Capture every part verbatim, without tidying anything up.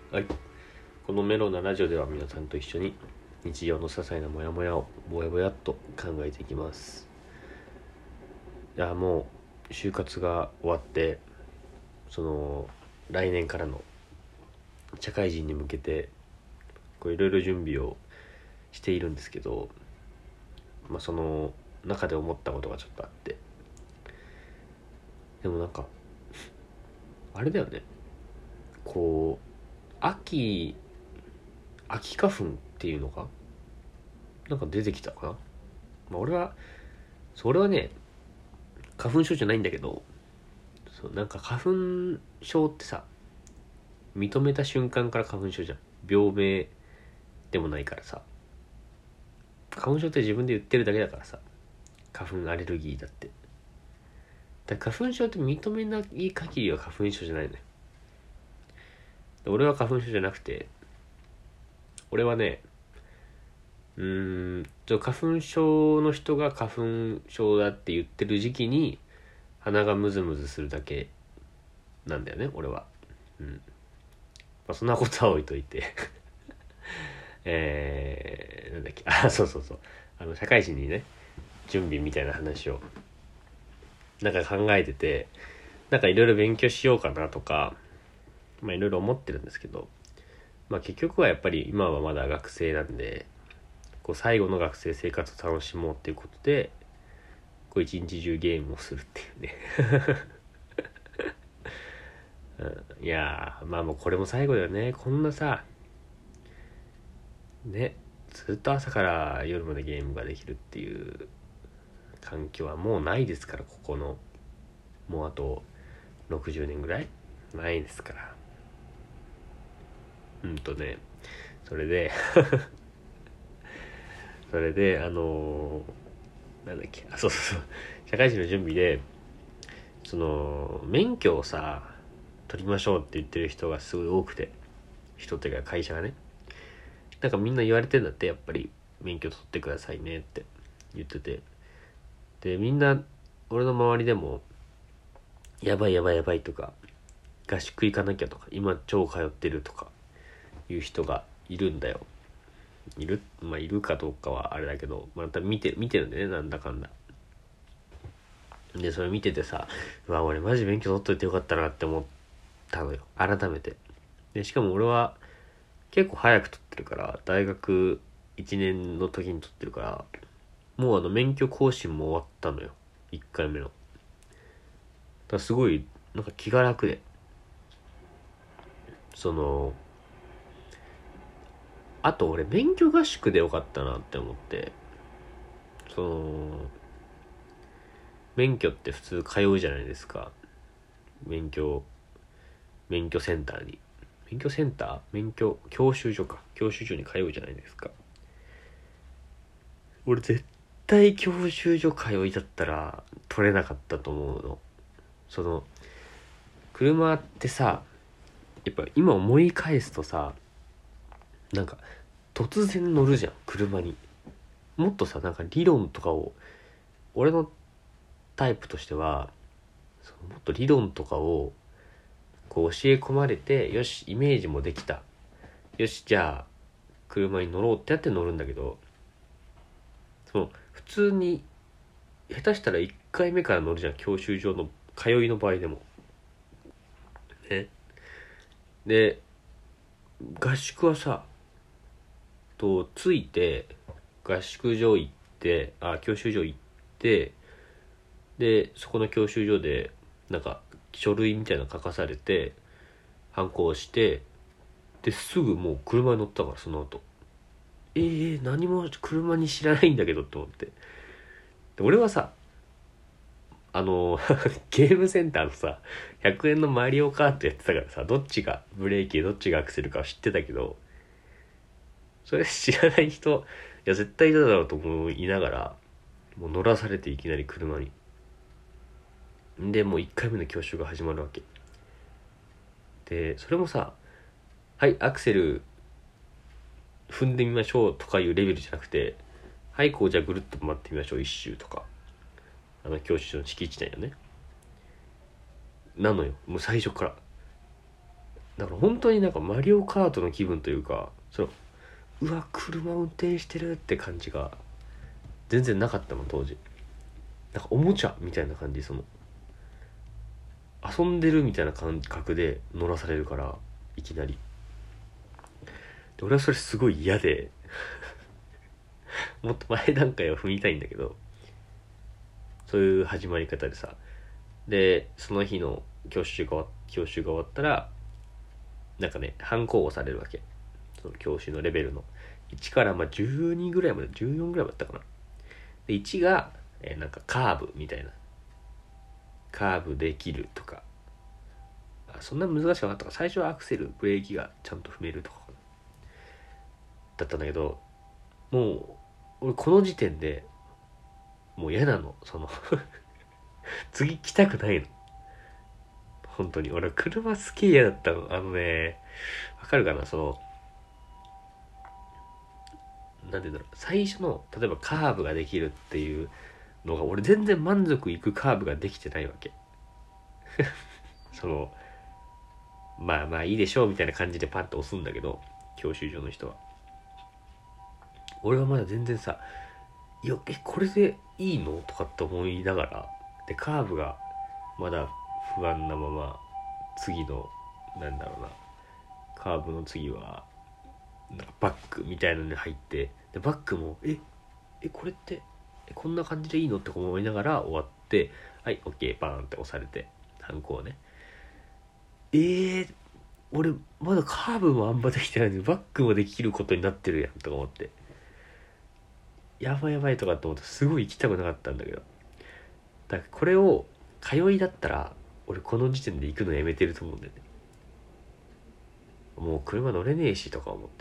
はい、このメロなラジオでは皆さんと一緒に日常の些細なモヤモヤをぼやぼやっと考えていきます。いやもう就活が終わって、その来年からの社会人に向けていろいろ準備をしているんですけど、まあ、その中で思ったことがちょっとあって、でもなんかあれだよね、こう秋秋花粉っていうのかなんか出てきたかな。まあ、俺はそれはね花粉症じゃないんだけど、そうなんか花粉症ってさ、認めた瞬間から花粉症じゃん。病名でもないからさ、花粉症って自分で言ってるだけだからさ、花粉アレルギーだって。だから花粉症って認めない限りは花粉症じゃないのよ。俺は花粉症じゃなくて、俺はねうーんと花粉症の人が花粉症だって言ってる時期に鼻がムズムズするだけなんだよね俺は。うん、まあ、そんなことは置いといてえー、なんだっけあそうそうそうあの社会人にね準備みたいな話をなんか考えてて、なんかいろいろ勉強しようかなとかまあいろいろ思ってるんですけど、まあ結局はやっぱり今はまだ学生なんで、こう最後の学生生活を楽しもうっていうことでこう一日中ゲームをするっていうね、うん、いやーまあもうこれも最後だよね。こんなさねずっと朝から夜までゲームができるっていう環境はもうないですから、ここのもうあとろくじゅうねんぐらいないですから。うんとねそれでそれであのー、なんだっけあそうそうそう社会人の準備でその免許をさ取りましょうって言ってる人がすごい多くて、人っていうか会社がね、なんかみんな言われてんだって、やっぱり免許取ってくださいねって言ってて、でみんな俺の周りでもやばいやばいやばいとか合宿行かなきゃとか今超通ってるとかいう人がいるんだよ。いるまあいるかどうかはあれだけど、また見て見てるんでね、なんだかんだで。それ見ててさ、うわ俺マジ免許取っといてよかったなって思ったのよ、改めて。でしかも俺は結構早く取ってるから、大学いちねんの時に取ってるから、もうあの免許更新も終わったのよ、いっかいめの。だからすごいなんか気が楽で、そのあと俺免許合宿でよかったなって思って、その免許って普通通うじゃないですか。免許免許センターに免許センター免許教習所か教習所に通うじゃないですか。俺絶対教習所通いだったら取れなかったと思うの。その車ってさ、やっぱ今思い返すとさ、なんか突然乗るじゃん車に。もっとさなんか理論とかを、俺のタイプとしてはそのもっと理論とかをこう教え込まれて、よしイメージもできた、よしじゃあ車に乗ろうってやって乗るんだけど、その普通に下手したらいっかいめから乗るじゃん、教習所の通いの場合でもね。で合宿はさと着いて合宿場行ってあ教習所行って、でそこの教習所でなんか書類みたいなの書かされて反抗して、ですぐもう車に乗ったから、その後えー、何も車に知らないんだけどって思って。で俺はさあのゲームセンターのさひゃくえんのマリオカートやってたからさ、どっちがブレーキでどっちがアクセルかは知ってたけど、それ知らない人いや絶対いただろうと思いながら、もう乗らされていきなり車に。でもういっかいめの教習が始まるわけで、それもさ、はいアクセル踏んでみましょうとかいうレベルじゃなくて、はいこうじゃあぐるっと回ってみましょう一周とか、あの教習所の敷地内よねなのよ。もう最初からだから本当になんかマリオカートの気分というか、そのうわ車運転してるって感じが全然なかったもん当時。なんかおもちゃみたいな感じ、その遊んでるみたいな感覚で乗らされるから、いきなり。で俺はそれすごい嫌でもっと前段階を踏みたいんだけど、そういう始まり方でさ、でその日の教習が教習が終わったらなんかねハンコを押されるわけ。その教習のレベルのいちからまあじゅうにぐらいまで、じゅうよんぐらいまでだったかな。でいちが、えー、なんかカーブみたいな、カーブできるとか、あそんな難しくなかったか。最初はアクセルブレーキがちゃんと踏めるとかだったんだけど、もう俺この時点でもう嫌なの、その次来たくないの。本当に俺車好き嫌だったの。あのね、わかるかな、そのなんていうんだろう、最初の例えばカーブができるっていうのが俺全然満足いくカーブができてないわけそのまあまあいいでしょうみたいな感じでパッと押すんだけど、教習所の人は。俺はまだ全然さ、いやえこれでいいのとかって思いながら、でカーブがまだ不安なまま、次のなんだろうな、カーブの次はなんかバックみたいなのに入って、でバックもええこれってえこんな感じでいいのって思いながら終わって、はい OK バーンって押されて、ハンコをね、えー、俺まだカーブもあんまできてないのにバックもできることになってるやんとか思って、やばいやばいとかって思ってすごい行きたくなかったんだけど、だからこれを通いだったら俺この時点で行くのやめてると思うんだよね。もう車乗れねえしとか思って。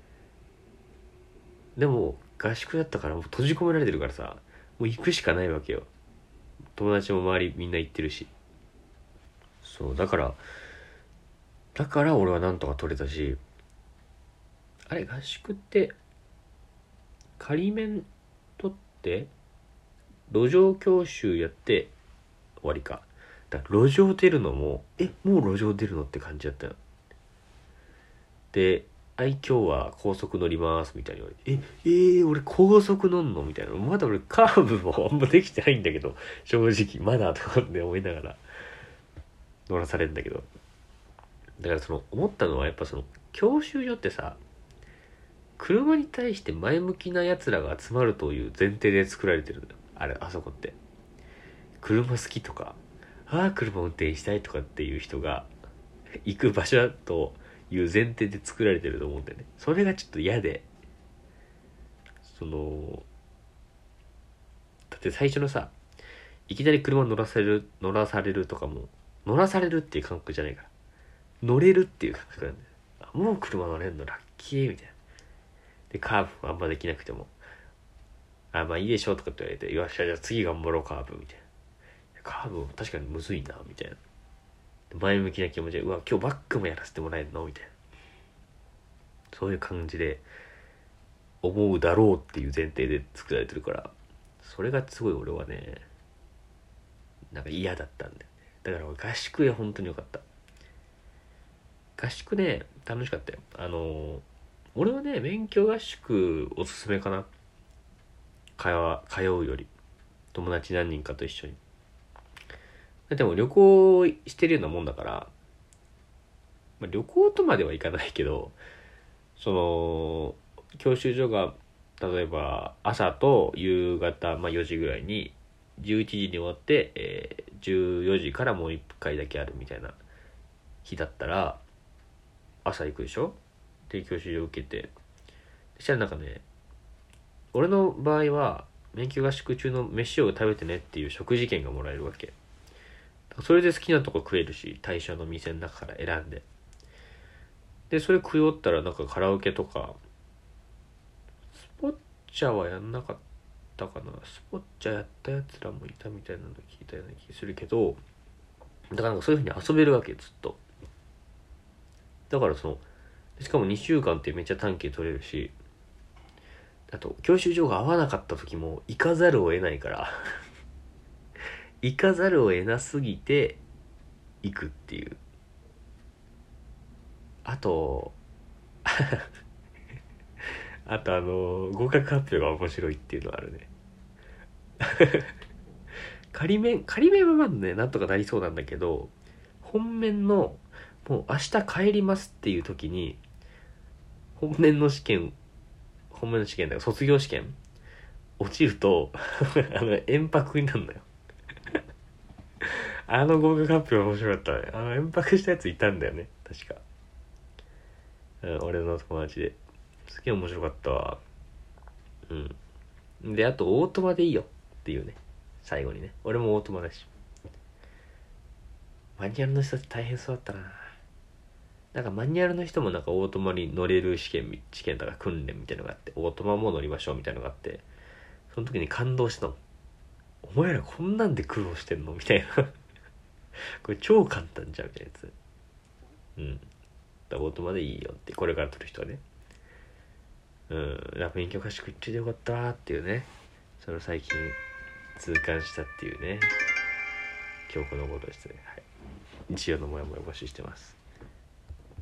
でも合宿だったからもう閉じ込められてるからさ、もう行くしかないわけよ。友達も周りみんな行ってるし。そうだからだから俺はなんとか取れたし、あれ合宿って仮免取って路上教習やって終わりか。だから路上出るのもえもう路上出るのって感じだったよ。であい今日は高速乗りますみたいに言われて、ええー、俺高速乗んのみたいな、まだ俺カーブもあんまできてないんだけど正直まだとかって思いながら乗らされるんだけど、だからその思ったのはやっぱその教習所ってさ、車に対して前向きなやつらが集まるという前提で作られてるんだよ、あれあそこって。車好きとか、ああ車運転したいとかっていう人が行く場所だという前提で作られてると思うんだよね。それがちょっと嫌で、そのだって最初のさ、いきなり車乗らされる乗らされるとかも、乗らされるっていう感覚じゃないから、乗れるっていう感覚なんだよ。あもう車乗れんのラッキーみたいな。でカーブあんまできなくても、あまあいいでしょとかって言われて、よっしゃじゃあ次頑張ろうカーブみたいな。カーブ確かにむずいなみたいな。前向きな気持ちで、うわ今日バックもやらせてもらえるのみたいな、そういう感じで思うだろうっていう前提で作られてるから、それがすごい俺はねなんか嫌だったんだよね。だから俺合宿で本当によかった。合宿ね楽しかったよ。あの俺はね免許合宿おすすめかな。通通うより友達何人かと一緒に。でも旅行してるようなもんだから、まあ、旅行とまではいかないけど、その教習所が例えば朝と夕方、まあ、よじぐらいにじゅういちじに終わって、えー、じゅうよじからもういっかいだけあるみたいな日だったら朝行くでしょ。で教習所受けて、そしたらなんかね、俺の場合は免許合宿中の飯を食べてねっていう食事券がもらえるわけ。それで好きなとこ食えるし、対象の店の中から選んで、でそれ食い終わったらなんかカラオケとか、スポッチャはやんなかったかな。スポッチャやったやつらもいたみたいなの聞いたような気するけど、だからなんかそういう風に遊べるわけずっと。だからそのしかもにしゅうかんってめっちゃ短期取れるし、あと教習所が合わなかった時も行かざるを得ないから行かざるを得なすぎて行くっていう。 あとあとあの合格発表が面白いっていうのはあるね仮面仮面はまだねなんとかなりそうなんだけど、本面のもう明日帰りますっていう時に本面の試験本面の試験だから卒業試験落ちるとあの延泊になるのよあの合格発表面白かったね。あの延泊したやついたんだよね確か、うん、俺の友達ですげえ面白かったわ。うんで、あとオートマでいいよっていうね、最後にね。俺もオートマだし、マニュアルの人って大変そうだったな。なんかマニュアルの人もなんかオートマに乗れる試験試験とか訓練みたいなのがあって、オートマも乗りましょうみたいなのがあって、その時に感動したの。お前らこんなんで苦労してんのみたいなこれ超簡単じゃんみたいなやつ。うんだからオートマでいいよって、これから取る人はね。うん勉強合宿行っててよかったーっていうね、それを最近痛感したっていうね、今日このことですね。はい、日曜のもやもや募集してます。